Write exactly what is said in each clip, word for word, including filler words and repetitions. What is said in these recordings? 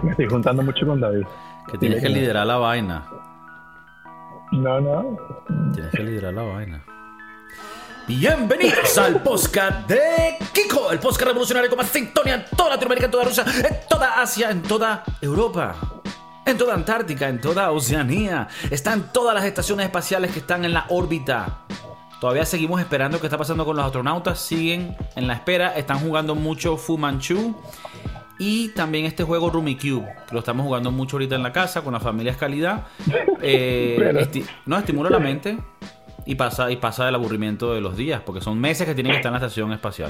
me estoy juntando mucho con David. Que tienes que liderar la vaina. No, no. Tienes que liderar la vaina. Bienvenidos al podcast de Kiko, el podcast revolucionario con más sintonía en toda Latinoamérica, en toda Rusia, en toda Asia, en toda Europa, en toda Antártica, en toda Oceanía. Están todas las estaciones espaciales que están en la órbita. Todavía seguimos esperando qué está pasando con los astronautas. Siguen en la espera. Están jugando mucho Fu Manchu. Y también este juego Rummy Cube, que lo estamos jugando mucho ahorita en la casa con la familia es calidad. Eh, Pero... esti- no, estimula la mente y pasa, y pasa del aburrimiento de los días, porque son meses que tienen que estar en la estación espacial.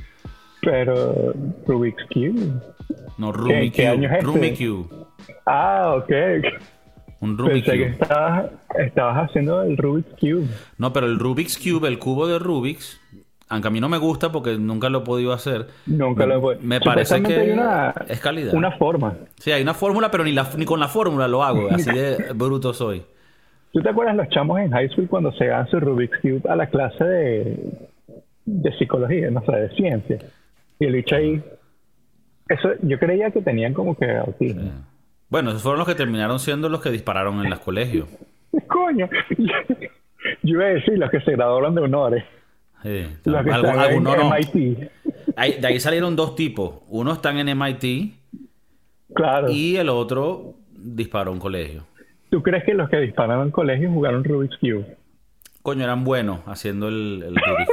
Pero Rubik's Cube. No, Rummy ¿Qué, qué año Cube. es Rummy este? Cube. Ah, ok. Un Rummy Pensé que Cube. estabas, estabas haciendo el Rubik's Cube. No, pero el Rubik's Cube, el cubo de Rubik's, aunque a mí no me gusta porque nunca lo he podido hacer. Nunca me, lo he Me parece que hay una, es calidad. una forma. Sí, hay una fórmula, pero ni, la, ni con la fórmula lo hago. Así de bruto soy. ¿Tú te acuerdas los chamos en high school cuando se dan su Rubik's Cube a la clase de, de psicología, no sé, de ciencia? Y el bicho ahí... Eso, yo creía que tenían como que autismo. Sí. Bueno, esos fueron los que terminaron siendo los que dispararon en los colegios. Coño, yo iba a decir los que se graduaron de honores. Sí, Los que Algu- están algunos en no. M I T. Ahí- de ahí salieron dos tipos. Uno están en M I T Claro. y el otro disparó un colegio. ¿Tú crees que los que dispararon en colegio jugaron Rubik's Cube? Coño, eran buenos haciendo el, el Rubik's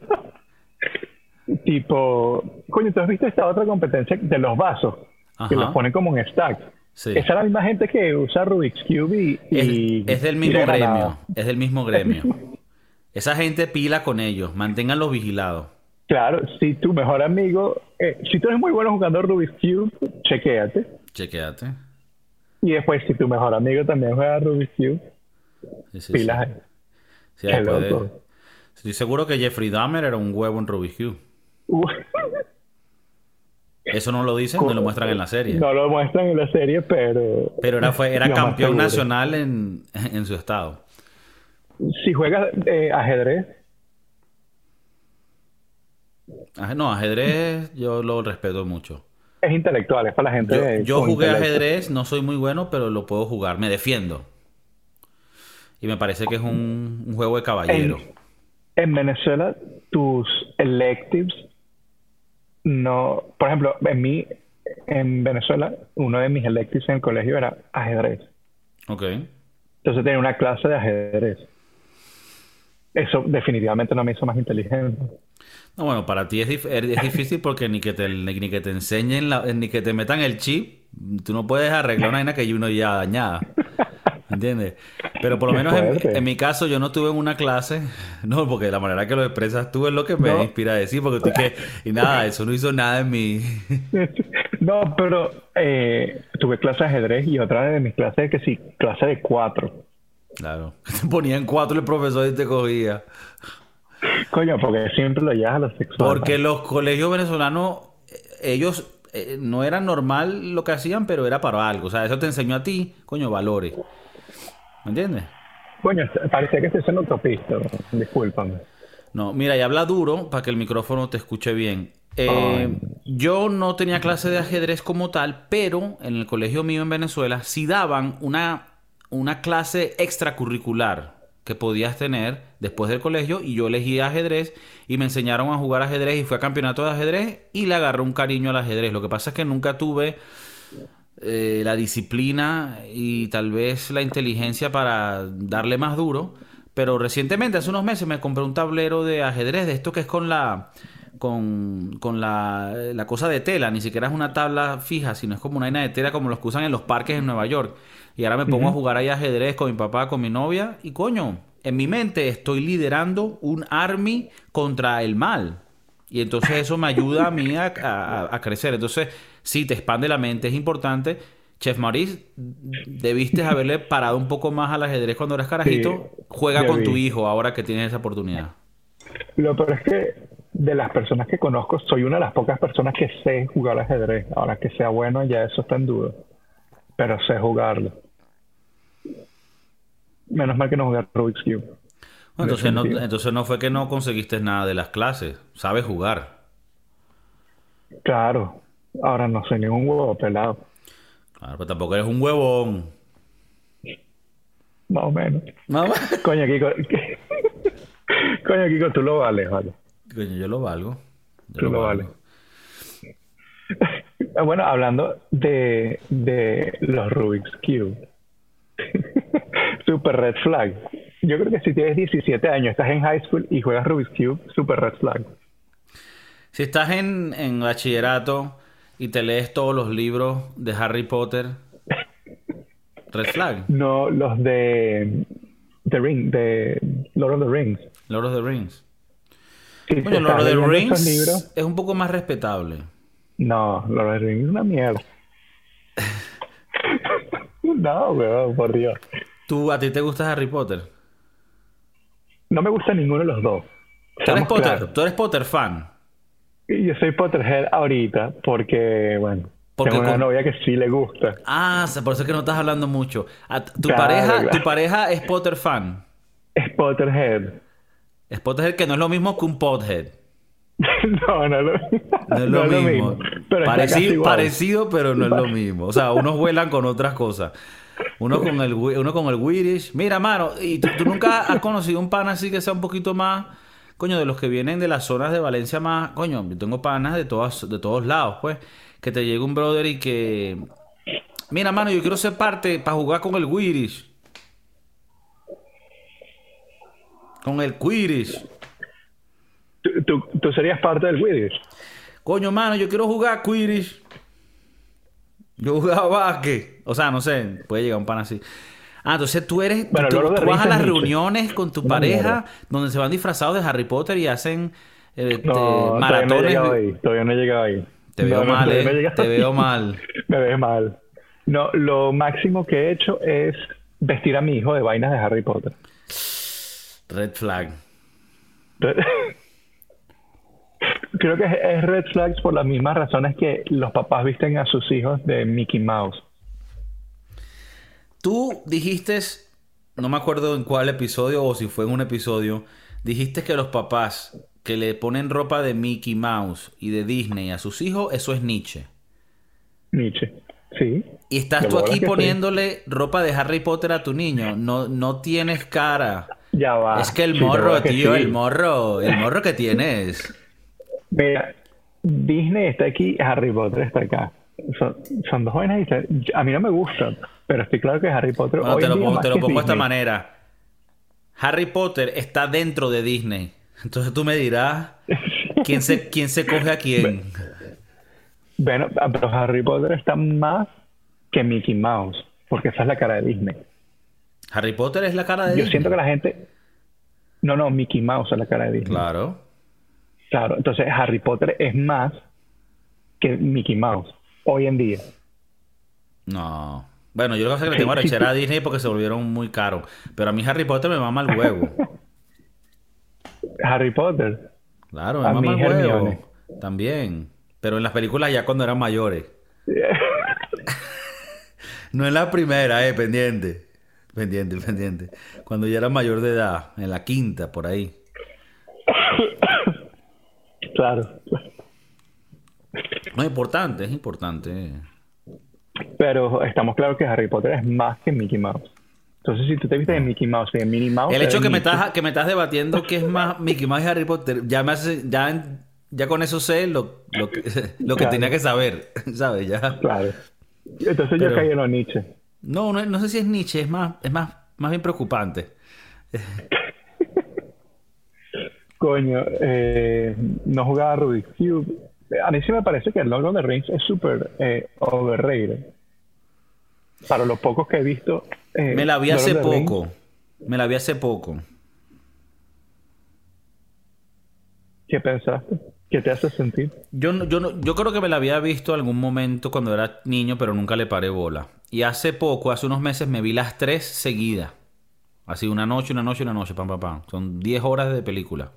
Cube. Tipo, coño, ¿tú has visto esta otra competencia de los vasos? Ajá. Que los ponen como en stack. Sí. Esa es la misma gente que usa Rubik's Cube y... y Es, es del mismo tira gremio. granada. Es del mismo gremio. Esa gente pila con ellos. Manténganlos vigilados. Claro, si tu mejor amigo... Eh, si tú eres muy bueno jugando Rubik's Cube, chequéate. Chequéate. Y después, si tu mejor amigo también juega Rubik's Cube, Sí, sí, pilas sí. ahí. Sí, Qué después de- loco. Estoy seguro que Jeffrey Dahmer era un huevo en Rubik's Cube. Uh, Eso no lo dicen, no lo muestran en la serie. no lo muestran en la serie, pero... Pero era, fue, era lo más campeón seguro. nacional en, en su estado. Si juegas eh, ajedrez, Aje- No, ajedrez yo lo respeto mucho. es intelectual, es para la gente... Yo, de- yo con jugué intelecto. ajedrez, no soy muy bueno, pero lo puedo jugar. Me defiendo. Y me parece que es un, un juego de caballero. En, en Venezuela, tus electives no... Por ejemplo, en mí, en Venezuela, uno de mis electives en el colegio era ajedrez. Ok. Entonces tenía una clase de ajedrez. Eso definitivamente no me hizo más inteligente. No, bueno, para ti es, dif- es difícil porque ni que te, ni que te enseñen, la- ni que te metan el chip, tú no puedes arreglar una vaina que uno ya dañada. ¿Entiendes? Pero por lo Qué menos en, fuerte. en mi caso yo no estuve en una clase, no, porque la manera que lo expresas tú es lo que me No. inspira a decir, porque tú que, y nada, eso no hizo nada en mi... No, pero eh, tuve clase de ajedrez y otra de mis clases que sí, clase de cuatro. Claro, te ponían cuatro el profesor y te cogía. Coño, porque siempre lo llevas a lo sexual. Porque los colegios venezolanos, eh, ellos eh, no era normal lo que hacían, pero era para algo. O sea, eso te enseñó a ti, coño, valores. ¿Me entiendes? Coño, parecía que estoy siendo autopista. Discúlpame. No, mira, y habla duro para que el micrófono te escuche bien. Eh, Ay. yo no tenía clase de ajedrez como tal, pero en el colegio mío en Venezuela sí daban una, una clase extracurricular que podías tener después del colegio y yo elegí ajedrez y me enseñaron a jugar ajedrez y fui a campeonato de ajedrez y le agarré un cariño al ajedrez. Lo que pasa es que nunca tuve eh, la disciplina y tal vez la inteligencia para darle más duro, pero recientemente, hace unos meses, me compré un tablero de ajedrez de esto que es con la con, con la, la cosa de tela, ni siquiera es una tabla fija, sino es como una vaina de tela como los que usan en los parques en Nueva York. Y ahora me pongo a jugar ahí ajedrez con mi papá, con mi novia, y coño, en mi mente estoy liderando un army contra el mal. Y entonces eso me ayuda a mí a, a, a crecer. Entonces, sí, te expande la mente, es importante. Chef Maurice, debiste haberle parado un poco más al ajedrez cuando eras carajito. Sí, Juega con debí. tu hijo ahora que tienes esa oportunidad. Lo peor es que de las personas que conozco, soy una de las pocas personas que sé jugar ajedrez. Ahora que sea bueno, ya eso está en duda. Pero sé jugarlo. Menos mal que no jugué Rubik's Cube. Bueno, entonces, no, Definitivo. entonces no fue que no conseguiste nada de las clases. Sabes jugar. Claro. Ahora no soy ningún huevo pelado. Claro, pero tampoco eres un huevón. Más o menos. Mamá. Coño, Kiko. Coño, Kiko, tú lo vales, vale. Coño, yo lo valgo. Yo Tú lo vales. Bueno, hablando de, de los Rubik's Cube. Super red flag. Yo creo que si tienes diecisiete años, estás en high school y juegas Rubik's Cube, super red flag. Si estás en, en bachillerato y te lees todos los libros de Harry Potter, red flag. No, los de The Ring, de Lord of the Rings. Lord of the Rings. Si Bueno, te Lord of estás the leyendo Rings esos libros, es un poco más respetable. no, Lord of the Rings es una mierda. No, weón, por Dios. ¿Tú, a ti te gusta Harry Potter? No me gusta ninguno de los dos. ¿Tú eres Seamos Potter, claros. ¿tú eres Potter fan? Y yo soy Potterhead ahorita porque, bueno, Porque tengo una con- novia que sí le gusta. Ah, por eso es que no estás hablando mucho. A- ¿Tu, Claro, pareja, claro. ¿Tu pareja es Potter fan? Es Potterhead. Es Potterhead, que no es lo mismo que un Pothead. No, no, lo- No es lo mismo. Pero está casi Parecido, igual. parecido, pero no es lo mismo. O sea, unos vuelan con otras cosas. Uno con el, wi- uno con el Quidditch. Mira, mano, ¿y tú, tú nunca has conocido un pana así que sea un poquito más, coño, de los que vienen de las zonas de Valencia más, coño, yo tengo panas de todas, de todos lados, pues, que te llegue un brother y que, mira, mano, yo quiero ser parte para jugar con el Quidditch. Con el Quidditch. Tú, tú, tú serías parte del Quidditch. Coño, mano, yo quiero jugar Quidditch. Yo jugaba básquet. O sea, no sé, puede llegar un pan así. Ah, entonces tú eres... Bueno, tú, Lord of the tú vas a Rings las es nicho. reuniones con tu Una pareja mierda. donde se van disfrazados de Harry Potter y hacen eh, No, te- todavía no he maratones. llegado ahí. Todavía no he llegado ahí. Te veo No, no, mal, todavía no he eh. llegado Te ahí. veo mal. Me ves mal. No, lo máximo que he hecho es vestir a mi hijo de vainas de Harry Potter. Red flag. Creo que es, es red flags por las mismas razones que los papás visten a sus hijos de Mickey Mouse. Tú dijiste, no me acuerdo en cuál episodio o si fue en un episodio, dijiste que los papás que le ponen ropa de Mickey Mouse y de Disney a sus hijos, eso es Nietzsche. Nietzsche. Sí. Y estás De tú bola aquí que sí. poniéndole ropa de Harry Potter a tu niño. No, no tienes cara. Ya va. Es que el Sí, de morro, bola que tío, sí. el morro, el morro que tienes. Mira, Disney está aquí, Harry Potter está acá. Son, son dos jóvenes diferentes. A mí no me gustan, pero estoy claro que Harry Potter Bueno, hoy te en lo día pongo, más te lo que pongo de esta Disney. manera. Harry Potter está dentro de Disney. Entonces tú me dirás quién se, quién se coge a quién. Bueno, pero Harry Potter está más que Mickey Mouse, porque esa es la cara de Disney. Harry Potter es la cara de Yo Disney. siento que la gente... No, no, Mickey Mouse es la cara de Disney. Claro. Claro, entonces Harry Potter es más que Mickey Mouse hoy en día. No. Bueno, yo lo que pasa es que le Sí, tengo sí, rechera sí. a Disney porque se volvieron muy caros. Pero a mí Harry Potter me mama el huevo. Harry Potter. Claro, me A mama mí el huevo. Hermione. También. Pero en las películas ya cuando eran mayores. No en la primera, eh, pendiente. Pendiente, pendiente. Cuando ya era mayor de edad, en la quinta, por ahí. Claro. No es importante, es importante. Pero estamos claros que Harry Potter es más que Mickey Mouse. Entonces, si tú te viste de Mickey Mouse y de Minnie Mouse... El hecho eres que me Nietzsche. estás, que me estás debatiendo que es más Mickey Mouse y Harry Potter, ya me hace, ya, ya con eso sé lo, lo que, lo que Claro. tenía que saber, ¿sabes? Ya. Claro. Entonces Pero- yo caí en los Nietzsche. No, no, no sé si es Nietzsche, es más, es más, más bien preocupante. Coño, eh, no jugaba Rubik's Cube. A mí sí me parece que el Lord of the Rings es súper eh, overrated. Para los pocos que he visto... eh, Me la vi Lord of hace the Rings, poco. Me la vi hace poco. ¿Qué pensaste? ¿Qué te hace sentir? Yo, no- yo, no- yo creo que me la había visto algún momento cuando era niño, pero nunca le paré bola. Y hace poco, hace unos meses, me vi las tres seguidas. Así, una noche, una noche, una noche, pam, pam, pam. Son diez horas de película.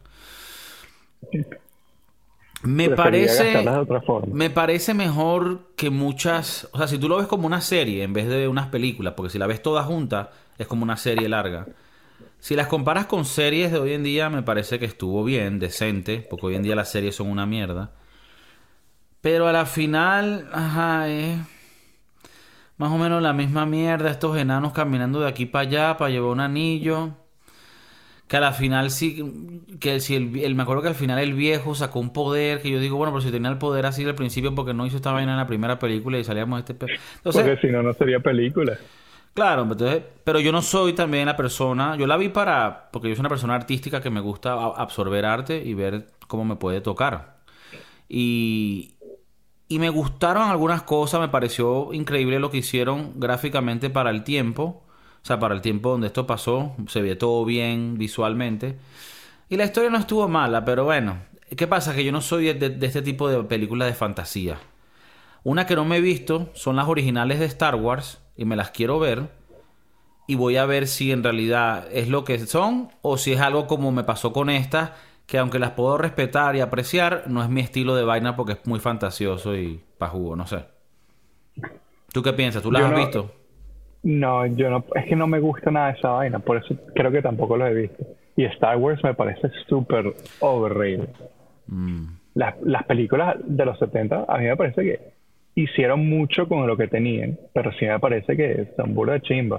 Me Preferiría parece, gastarlas de otra forma. me parece mejor que muchas... O sea, si tú lo ves como una serie en vez de unas películas, porque si la ves toda junta, es como una serie larga. Si las comparas con series de hoy en día, me parece que estuvo bien, decente, porque hoy en día las series son una mierda. Pero a la final, ajá, eh, Más o menos la misma mierda, estos enanos caminando de aquí para allá para llevar un anillo. Que a la final sí, que si el, el- me acuerdo que al final el viejo sacó un poder, que yo digo, bueno, pero si tenía el poder así al principio, porque no hizo esta vaina en la primera película y salíamos este... pe-? Entonces, Porque si no, no sería película. claro, entonces, pero yo no soy también la persona, yo la vi para, porque yo soy una persona artística que me gusta a- absorber arte y ver cómo me puede tocar. Y, y me gustaron algunas cosas, me pareció increíble lo que hicieron gráficamente para el tiempo. O sea, para el tiempo donde esto pasó, se ve todo bien visualmente. Y la historia no estuvo mala, pero bueno. ¿Qué pasa? Que yo no soy de, de este tipo de películas de fantasía. Una que no me he visto son las originales de Star Wars y me las quiero ver. Y voy a ver si en realidad es lo que son o si es algo como me pasó con estas, que aunque las puedo respetar y apreciar, no es mi estilo de vaina porque es muy fantasioso y pa' jugo, no sé. ¿Tú qué piensas? ¿Tú las Yo has no, visto? no, yo no, es que no me gusta nada esa vaina, por eso creo que tampoco lo he visto. Y Star Wars me parece súper overrated. Mm. Las, las películas de los setenta a mí me parece que hicieron mucho con lo que tenían, pero sí me parece que son burda de chimba.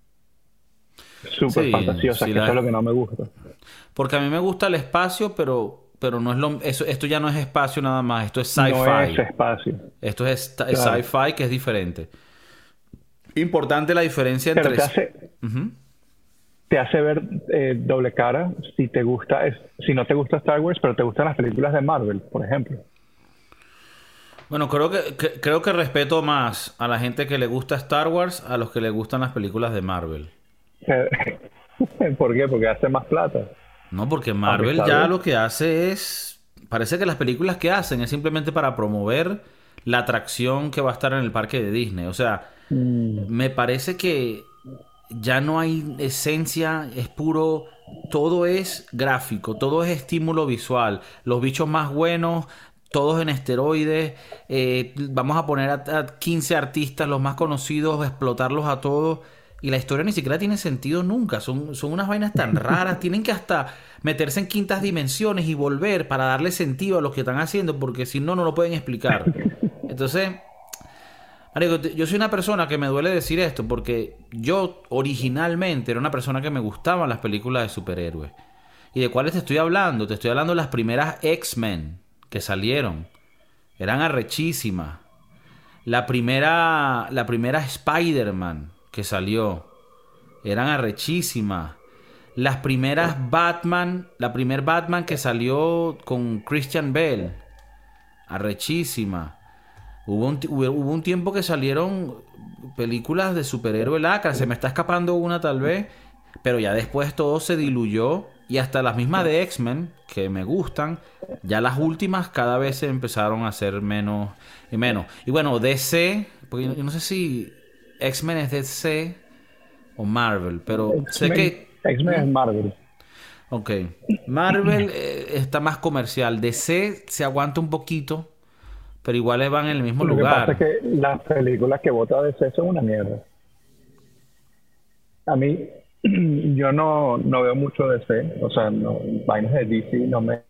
Súper Sí, fantasiosas, sí que eso es lo la... que no me gusta. Porque a mí me gusta el espacio, pero, pero no es lo... Eso, esto ya no es espacio nada más, esto es No es sci-fi. espacio, Esto es, es claro. sci-fi que es diferente. Importante la diferencia Pero entre... te hace, Ujú. te hace ver eh, doble cara si te gusta, es- si no te gusta Star Wars, pero te gustan las películas de Marvel, por ejemplo. Bueno, creo que, que- creo que respeto más a la gente que le gusta Star Wars a los que le gustan las películas de Marvel. ¿Por qué? Porque hace más plata. No, porque Aunque Marvel Star ya Wars, lo que hace es... Parece que las películas que hacen es simplemente para promover la atracción que va a estar en el parque de Disney. O sea, mm, me parece que ya no hay esencia, es puro, todo es gráfico, todo es estímulo visual, los bichos más buenos, todos en esteroides, eh, vamos a poner a, a quince artistas, los más conocidos, explotarlos a todos. Y la historia ni siquiera tiene sentido nunca. Son, son unas vainas tan raras. Tienen que hasta meterse en quintas dimensiones y volver para darle sentido a lo que están haciendo, porque si no, no lo pueden explicar. Entonces, marico, te- yo soy una persona que me duele decir esto porque yo originalmente era una persona que me gustaban las películas de superhéroes. ¿Y de cuáles te estoy hablando? Te estoy hablando de las primeras X-Men que salieron. Eran arrechísimas. La primera, la primera Spider-Man que salió. Eran arrechísimas. Las primeras Batman, la primer Batman que salió con Christian Bale. Arrechísima. Hubo un, ti- hubo, hubo un tiempo que salieron películas de superhéroe lacra. Se me está escapando una tal vez. Pero ya después todo se diluyó. Y hasta las mismas de X-Men, que me gustan, ya las últimas cada vez se empezaron a hacer menos y menos. Y bueno, D C, porque yo yo no sé si X-Men es D C o Marvel, pero sé X-Men, que... X-Men ¿Mm? es Marvel. Ok. Marvel eh, está más comercial. D C se aguanta un poquito, pero igual van en el mismo Lo que pasa es lugar. que las películas que vota D C son una mierda. A mí, yo no, no veo mucho D C, o sea, no, vainas de D C no me...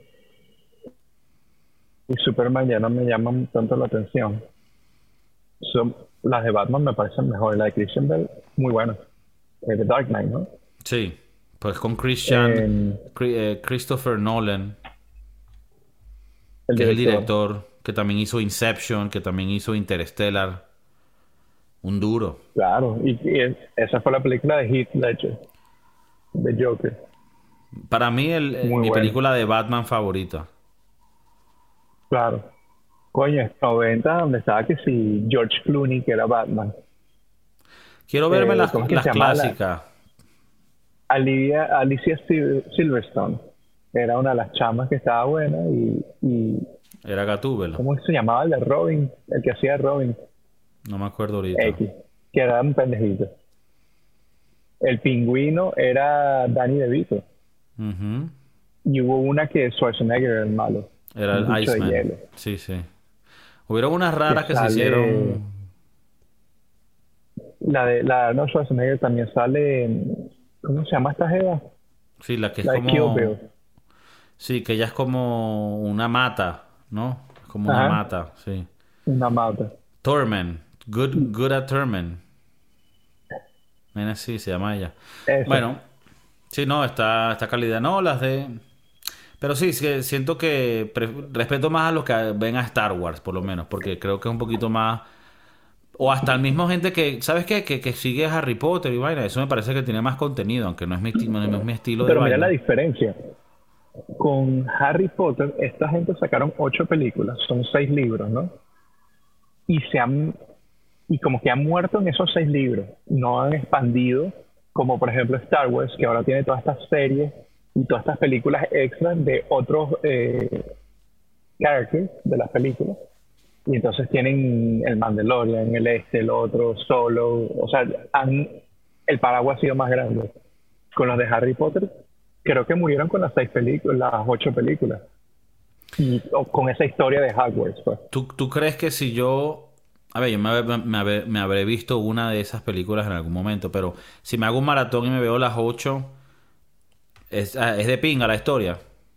Y Superman ya no me llaman tanto la atención. Son, las de Batman me parecen mejores. La de Christian Bale, muy buena. Eh, The Dark Knight, ¿no? Sí. Pues con Christian, Eh, Cri- eh, Christopher Nolan, el que es el director. director, que también hizo Inception, que también hizo Interstellar. Un duro. Claro, y, y es- esa fue la película de Heath Ledger, de Joker. Para mí, el, eh, Muy mi buena, película de Batman favorita. claro. Coño, es noventa, donde estaba que si George Clooney, que era Batman. Quiero verme Eh, las, ¿cómo es que se las llamaba? La, clásicas. Alicia, Alicia Sil- Silverstone. Era una de las chamas que estaba buena. Y, y Era Gatúbela. ¿cómo se llamaba el de Robin? El que hacía Robin No me acuerdo ahorita. X, que era un pendejito. El pingüino era Danny DeVito. Ujú. Y hubo una que Schwarzenegger era el malo. Era Un el bicho de Iceman. hielo. Sí, sí. Hubieron unas Que raras que se sale... hicieron. La de la de Arnold Schwarzenegger también sale... en- ¿Cómo se llama esta jeva? Sí, la que es La de Kill como. Bill. Sí, que ella es como una mata, ¿no? Como una Ajá, mata, sí. una mata. Torment. Good, Good at Thurman. Mira, sí, se llama ella. Eso. Bueno, sí, no, está, está calidad. No, las de... Pero sí, sí, siento que pre- respeto más a los que ven a Star Wars, por lo menos, porque creo que es un poquito más... O hasta el mismo gente que, ¿sabes qué? Que, que sigue a Harry Potter y vaina. Eso me parece que tiene más contenido, aunque no es mi, esti- no es mi estilo de Pero mira vaina. la diferencia. Con Harry Potter, esta gente sacaron ocho películas, son seis libros, ¿no? Y se han, y como que han muerto en esos seis libros, no han expandido, como por ejemplo Star Wars, que ahora tiene todas estas series y todas estas películas extras de otros eh, characters de las películas. Y entonces tienen el Mandalorian, el este, el otro, Solo, o sea, han, el paraguas ha sido más grande. Con los de Harry Potter, creo que murieron con las seis películas, las ocho películas. Y o con esa historia de Hogwarts, pues. ¿Tú, tú crees que si yo... A ver, yo me, hab- me, habré, me habré visto una de esas películas en algún momento, pero si me hago un maratón y me veo las ocho, es, ah, es de pinga la historia.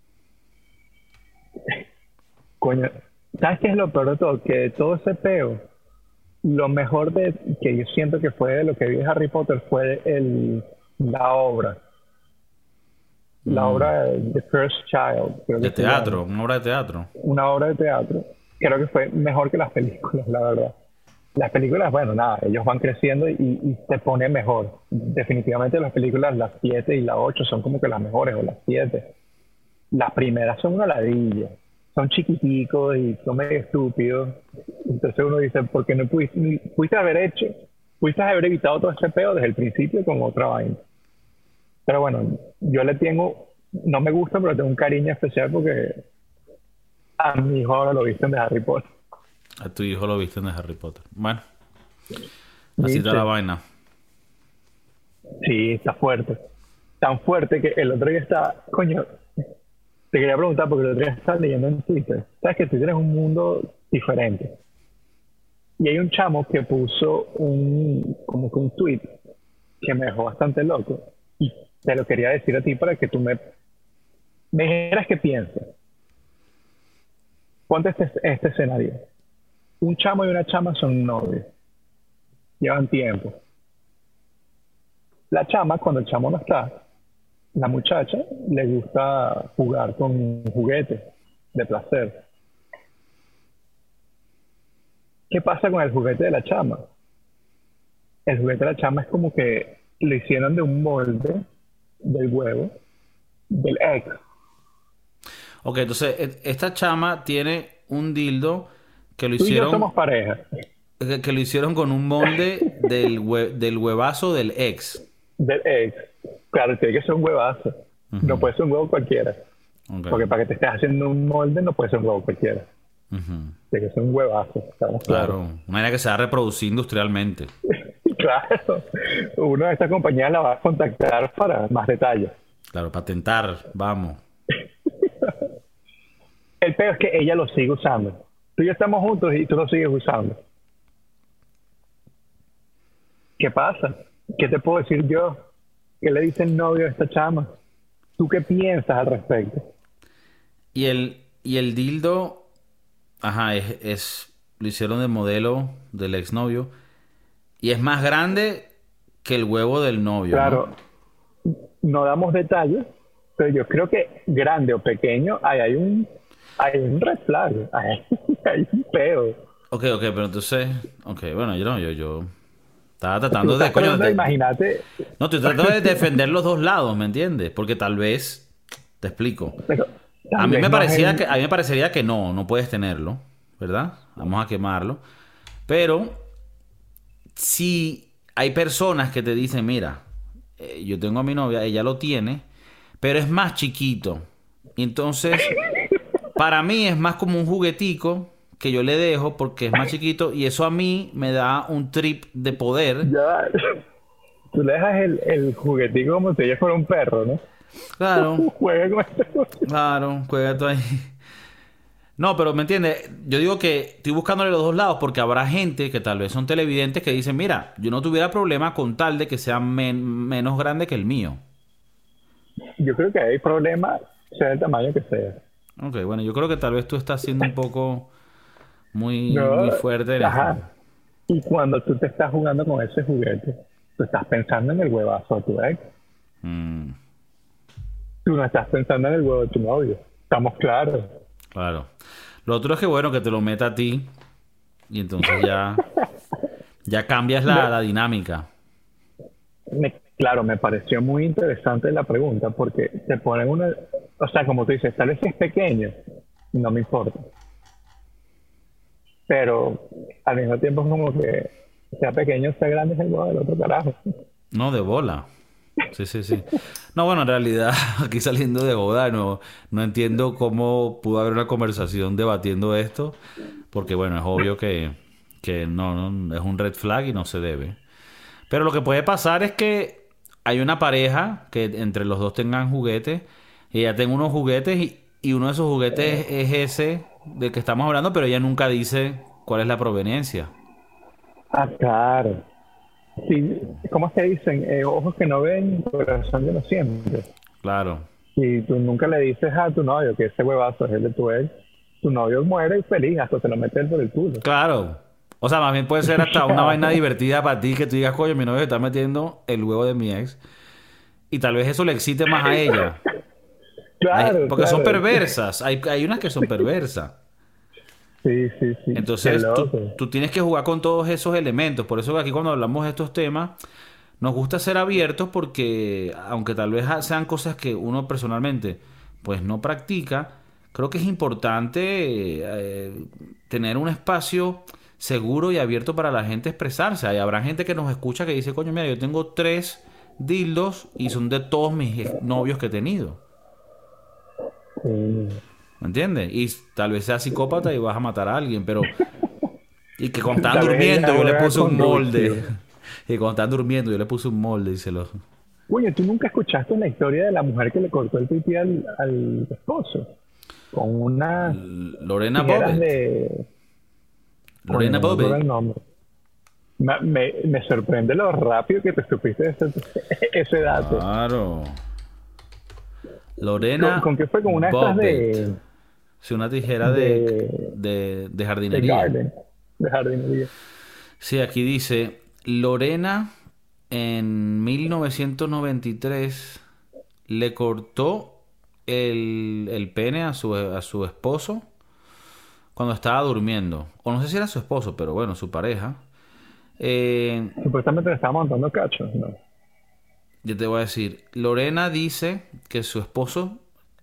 Coño, ¿sabes qué es lo peor de todo? Que de todo ese peo, lo mejor de que yo siento que fue de lo que vi de Harry Potter fue el, la obra. La Mm. obra de The First Child, creo que De se llama. teatro, una obra de teatro. Una obra de teatro. Creo que fue mejor que las películas, la verdad. Las películas, bueno, nada, ellos van creciendo y, y se pone mejor. Definitivamente las películas, las siete y las ocho son como que las mejores, o las siete. Las primeras son una ladilla. Son chiquiticos y son medio estúpidos. Entonces uno dice, ¿por qué no pudiste, ni- pudiste haber hecho? Pudiste haber evitado todo ese peo desde el principio con otra vaina. Pero bueno, yo le tengo, no me gusta, pero tengo un cariño especial porque a mi hijo ahora lo visten de Harry Potter. A tu hijo lo viste en Harry Potter. Bueno, así está ¿Viste? la vaina. Sí, está fuerte. Tan fuerte que el otro día está, coño, te quería preguntar porque el otro día estaba leyendo en Twitter. Sabes que Twitter es un mundo diferente. Y hay un chamo que puso un, como que un tweet que me dejó bastante loco. Y te lo quería decir a ti para que tú me, me dijeras qué piensas. Ponte este, este escenario. Un chamo y una chama son novios. Llevan tiempo. La chama, cuando el chamo no está, la muchacha le gusta jugar con juguetes de placer. ¿Qué pasa con el juguete de la chama? El juguete de la chama es como que lo hicieron de un molde del huevo del ex. Ok, entonces e- esta chama tiene un dildo que lo Tú y yo hicieron somos pareja que, que lo hicieron con un molde del hue- del huevazo del ex. del ex. Claro, tiene que ser un huevazo. Ujú. No puede ser un huevo cualquiera. Ok. Porque para que te estés haciendo un molde no puede ser un huevo cualquiera. Ujú. Tiene que ser un huevazo. ¿Estamos claros? Claro, una manera que se va a reproducir industrialmente. Claro. Una de estas compañías la va a contactar para más detalles. Claro, patentar, vamos. El peor es que ella lo sigue usando. Tú y yo estamos juntos y tú lo sigues usando. ¿Qué pasa? ¿Qué te puedo decir yo? ¿Qué le dice el novio a esta chama? ¿Tú qué piensas al respecto? Y el, y el dildo, ajá, es, es, lo hicieron de modelo del exnovio. Y es más grande que el huevo del novio, Claro, ¿no? no damos detalles, pero yo creo que grande o pequeño, ahí hay un, hay un red flag, hay, hay un peo. Ok, ok, pero entonces, ok, bueno, yo no, yo, yo estaba Tú tratando de, estás coño, tratando de de- imagínate, no, estoy tratando de defender los dos lados, ¿me entiendes? Porque tal vez, te explico. pero A tal mí vez me no es parecía el- que, a mí me parecería que no, no puedes tenerlo, ¿verdad? Vamos a quemarlo. Pero si hay personas que te dicen, mira, eh, yo tengo a mi novia, ella lo tiene, pero es más chiquito. Y entonces, para mí es más como un juguetico que yo le dejo porque es más chiquito y eso a mí me da un trip de poder. ya, tú le dejas el, el juguetico como si ella fuera un perro, ¿no? Claro, Juega con este juguetico. claro, juega tú ahí. No, pero ¿me entiendes? Yo digo que estoy buscándole los dos lados porque habrá gente que tal vez son televidentes que dicen, mira, yo no tuviera problema con tal de que sea men- menos grande que el mío. Yo creo que hay problemas, sea el tamaño que sea. Ok, bueno, yo creo que tal vez tú estás siendo un poco muy, No, muy fuerte en ajá. esto. Y cuando tú te estás jugando con ese juguete, tú estás pensando en el huevazo de tu ex. Mm, Tú no estás pensando en el huevo de tu novio. Estamos claros. claro. Lo otro es que, bueno, que te lo meta a ti y entonces ya, ya cambias la, Me- la dinámica. me- claro, me pareció muy interesante la pregunta porque te ponen una... O sea, como tú dices, tal vez si es pequeño, no me importa. Pero al mismo tiempo es como que sea pequeño, sea grande, es el huevo del otro carajo. No, de bola. Sí, sí, sí. No, bueno, en realidad, aquí saliendo de boda, no, no entiendo cómo pudo haber una conversación debatiendo esto, porque bueno, es obvio que, que no, no, es un red flag y no se debe. Pero lo que puede pasar es que hay una pareja que entre los dos tengan juguetes, y ella tenga unos juguetes y, y uno de esos juguetes es ese del que estamos hablando, pero ella nunca dice cuál es la proveniencia. Ah, claro. Sí, ¿cómo se dicen? Eh, ojos que no ven, corazón que no siente. Claro. Si tú nunca le dices a tu novio que ese huevazo es el de tu ex, tu novio muere y feliz, hasta te lo mete él por el culo. Claro. O sea, más bien puede ser hasta una vaina divertida para ti que tú digas, coño, mi novio se está metiendo el huevo de mi ex. Y tal vez eso le excite más a ella. Hay- Claro, porque son claro. perversas. Hay, hay unas que son perversas. Sí, sí, sí. Qué Entonces, tú, loco. tú tienes que jugar con todos esos elementos. Por eso que aquí cuando hablamos de estos temas, nos gusta ser abiertos porque, aunque tal vez sean cosas que uno personalmente pues no practica, creo que es importante eh, tener un espacio seguro y abierto para la gente expresarse. Hay, habrá gente que nos escucha que dice, coño, mira, yo tengo tres dildos y son de todos mis ex- novios que he tenido. Sí. ¿Me entiendes? Y tal vez sea psicópata y vas a matar a alguien, pero... Y que cuando estaban Tal vez durmiendo ella yo le juega puse un con Rubik's molde. Cube. Y cuando estaban durmiendo yo le puse un molde y se lo... Oye, ¿tú nunca escuchaste la historia de la mujer que le cortó el pipí al, al esposo? Con unas Lorena tijeras Bobbitt. de... Coño, Lorena no me acuerdo el Bobbitt. nombre. Me, me, me sorprende lo rápido que te supiste ese, ese dato. Claro. ¿Con, Lorena con qué fue? Con una de estas Bobbitt. de, Sí, una tijera de, de, de, de de jardinería. Garden, de jardinería. Sí, aquí dice, Lorena en mil novecientos noventa y tres le cortó el, el pene a su, a su esposo cuando estaba durmiendo. O no sé si era su esposo, pero bueno, su pareja. Eh, Supuestamente le estaba montando cachos, ¿no? yo te voy a decir, Lorena dice que su esposo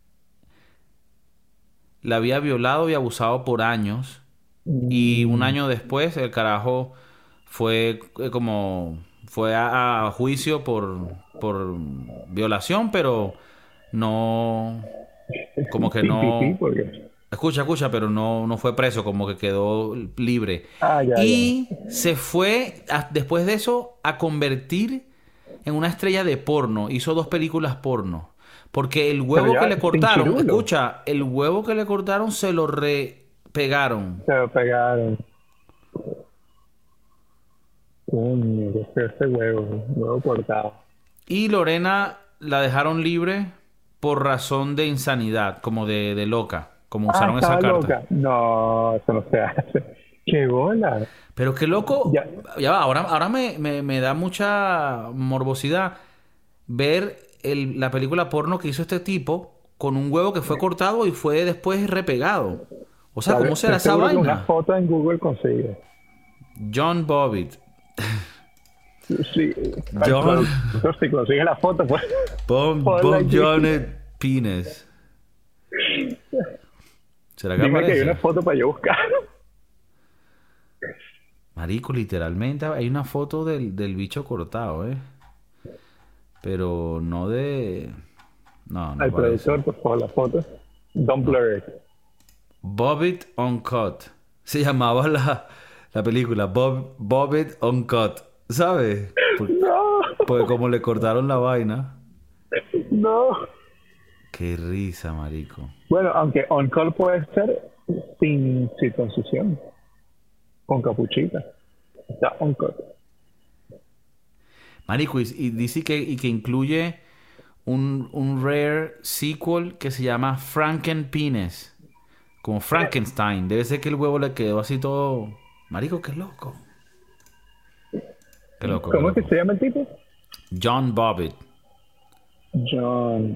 la había violado y abusado por años. Y un Mm, año después el carajo fue eh, como... Fue a, a juicio por, por violación, pero no... Como que sí, sí, sí, no... porque... Escucha, escucha, pero no, no fue preso, como que quedó libre. Ah, ya, ya. Y se fue, a- después de eso, a convertir en una estrella de porno. Hizo dos películas porno. Porque el Pero huevo que ya, le sin cortaron, chirulo. escucha, el huevo que le cortaron se lo repegaron. Se lo pegaron. Coño, qué feo ese huevo, huevo cortado. Y Lorena la dejaron libre por razón de insanidad, como de, de loca, como Ah, usaron esa estaba carta. loca. No, eso no se hace. ¡Qué bola! Pero qué loco, Ya, ya va, ahora, ahora me, me, me da mucha morbosidad ver el- la película porno que hizo este tipo con un huevo que fue cortado y fue después repegado. O sea, ¿cómo ¿sabes? será Estoy esa seguro que una vaina? foto en Google consigue. John Bobbitt. Sí, al John productor, si consigue la foto, pues Bob, ponla Bob aquí. John Penis. ¿Será que Dime que hay una aparece? foto para yo buscar. Marico, literalmente hay una foto del, del bicho cortado, ¿eh? Pero no de... No, no Al aparece. productor, por favor, la foto. Don't blur it. Bobbitt Uncut. Se llamaba la, la película. Bob, Bobbitt Uncut. ¿Sabes? Por- No, Porque como le cortaron la vaina. no. Qué risa, marico. Bueno, aunque on call puede ser sin circuncisión, con capuchita. Está on call. Marico, y, y dice que, y que incluye un, un rare sequel que se llama Frankenpenis. Como Frankenstein. Debe ser que el huevo le quedó así todo... Marico, qué loco. Qué loco. ¿Cómo es qué que se llama el tipo? John Bobbitt. John.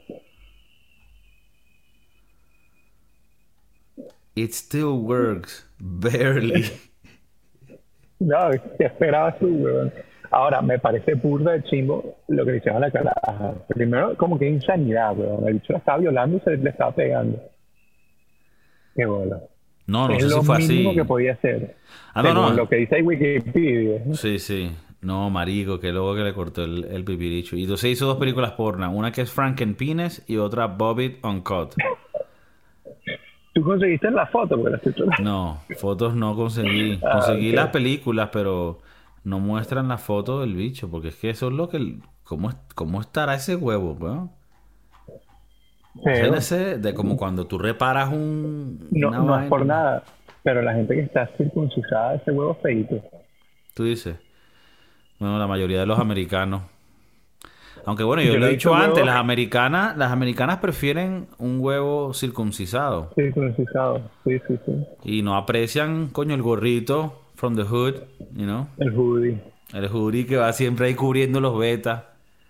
It still works. Barely. No, ¿qué esperabas tú, weón? Ahora, me parece burda de chimbo lo que le hicieron a la caraja. Primero, como que insanidad, weón. El bicho la estaba violando y se le estaba pegando. Qué bola. No, no es sé lo si fue mínimo así. que podía hacer. Ah, no, según no. lo que dice ahí Wikipedia. Sí, sí. No, marico, que luego que le cortó el, el pipiricho. Y entonces hizo dos películas porno. Una que es Frankenpenis y otra Bobbitt Uncut. ¿Tú conseguiste la foto? Porque la estoy tratando. No, fotos no conseguí. Ah, Conseguí ok. las películas, pero no muestran la foto del bicho. Porque es que eso es lo que... ¿Cómo, es- cómo estará ese huevo, weón? Feo. Imagínese de como cuando tú reparas un... No, una no es vaina. por nada, pero la gente que está circuncisada, ese huevo es feíto. Tú dices. Bueno, la mayoría de los americanos. Aunque bueno, yo, Yo lo no he he dicho visto antes, huevos las americanas, las americanas prefieren un huevo circuncisado. circuncisados. Sí, sí, sí. Y no aprecian, coño, el gorrito from the hood, you know. El hoodie. El hoodie que va siempre ahí cubriendo los betas.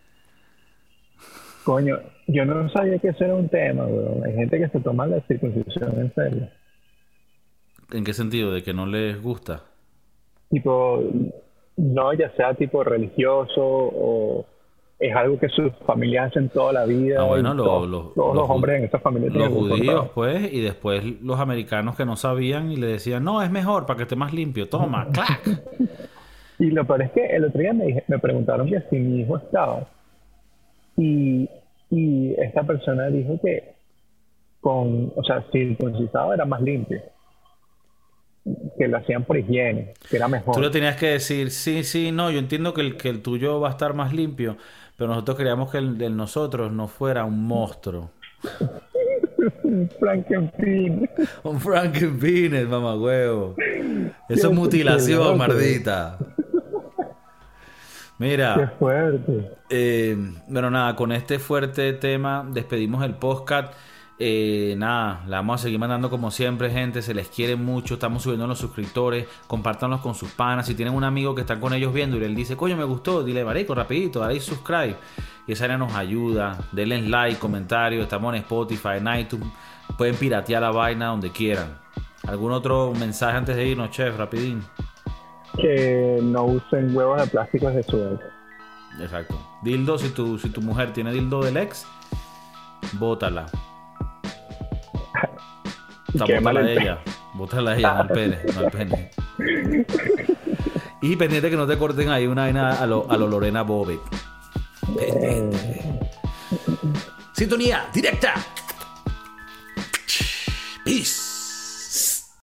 Coño, yo no sabía que eso era un tema, weón. Hay gente que se toma la circuncisión en serio. ¿En qué sentido? ¿De que no les gusta? Tipo, no ya sea tipo religioso o es algo que sus familias hacen toda la vida Ah, bueno, y lo- todos, lo- todos los los ju- hombres en esas familias Los tienen judíos, comportado. pues, y después los americanos que no sabían y le decían, no, es mejor para que esté más limpio. Toma, clac. Y lo peor es que el otro día me, dije- me preguntaron que si mi hijo estaba y, y esta persona dijo que con, o sea, circuncisado era más limpio, que lo hacían por higiene, que era Tú le mejor. tenías que decir, sí, sí, no, yo entiendo que el, que el tuyo va a estar más limpio, pero nosotros queríamos que el de nosotros no fuera un monstruo. Frankenstein. Un Frankenbeans, mamá huevo. Eso es Qué mutilación, loco. mardita. Qué Mira, fuerte. eh, bueno, nada, con este fuerte tema despedimos el podcast. Eh, nada, la vamos a seguir mandando como siempre, gente. Se les quiere mucho. Estamos subiendo a los suscriptores. Compártanlos con sus panas. Si tienen un amigo que está con ellos viendo y él dice, coño, me gustó, dile, marico, rapidito, dale subscribe. Y esa área nos ayuda. Denle like, comentarios. Estamos en Spotify, en iTunes. Pueden piratear la vaina donde quieran. ¿Algún otro mensaje antes de irnos, chef? Rapidín. Que no usen huevos de plástico de su ex. Exacto. Dildo, si tu, si tu mujer tiene dildo del ex, bótala. O sea, Quémala bótala a el pe- ella. Bótala a ella, no al pene, no al pene. Y pendiente que no te corten ahí una vaina a lo, a lo Lorena Bobbitt. Pendiente. Sintonía directa. Peace.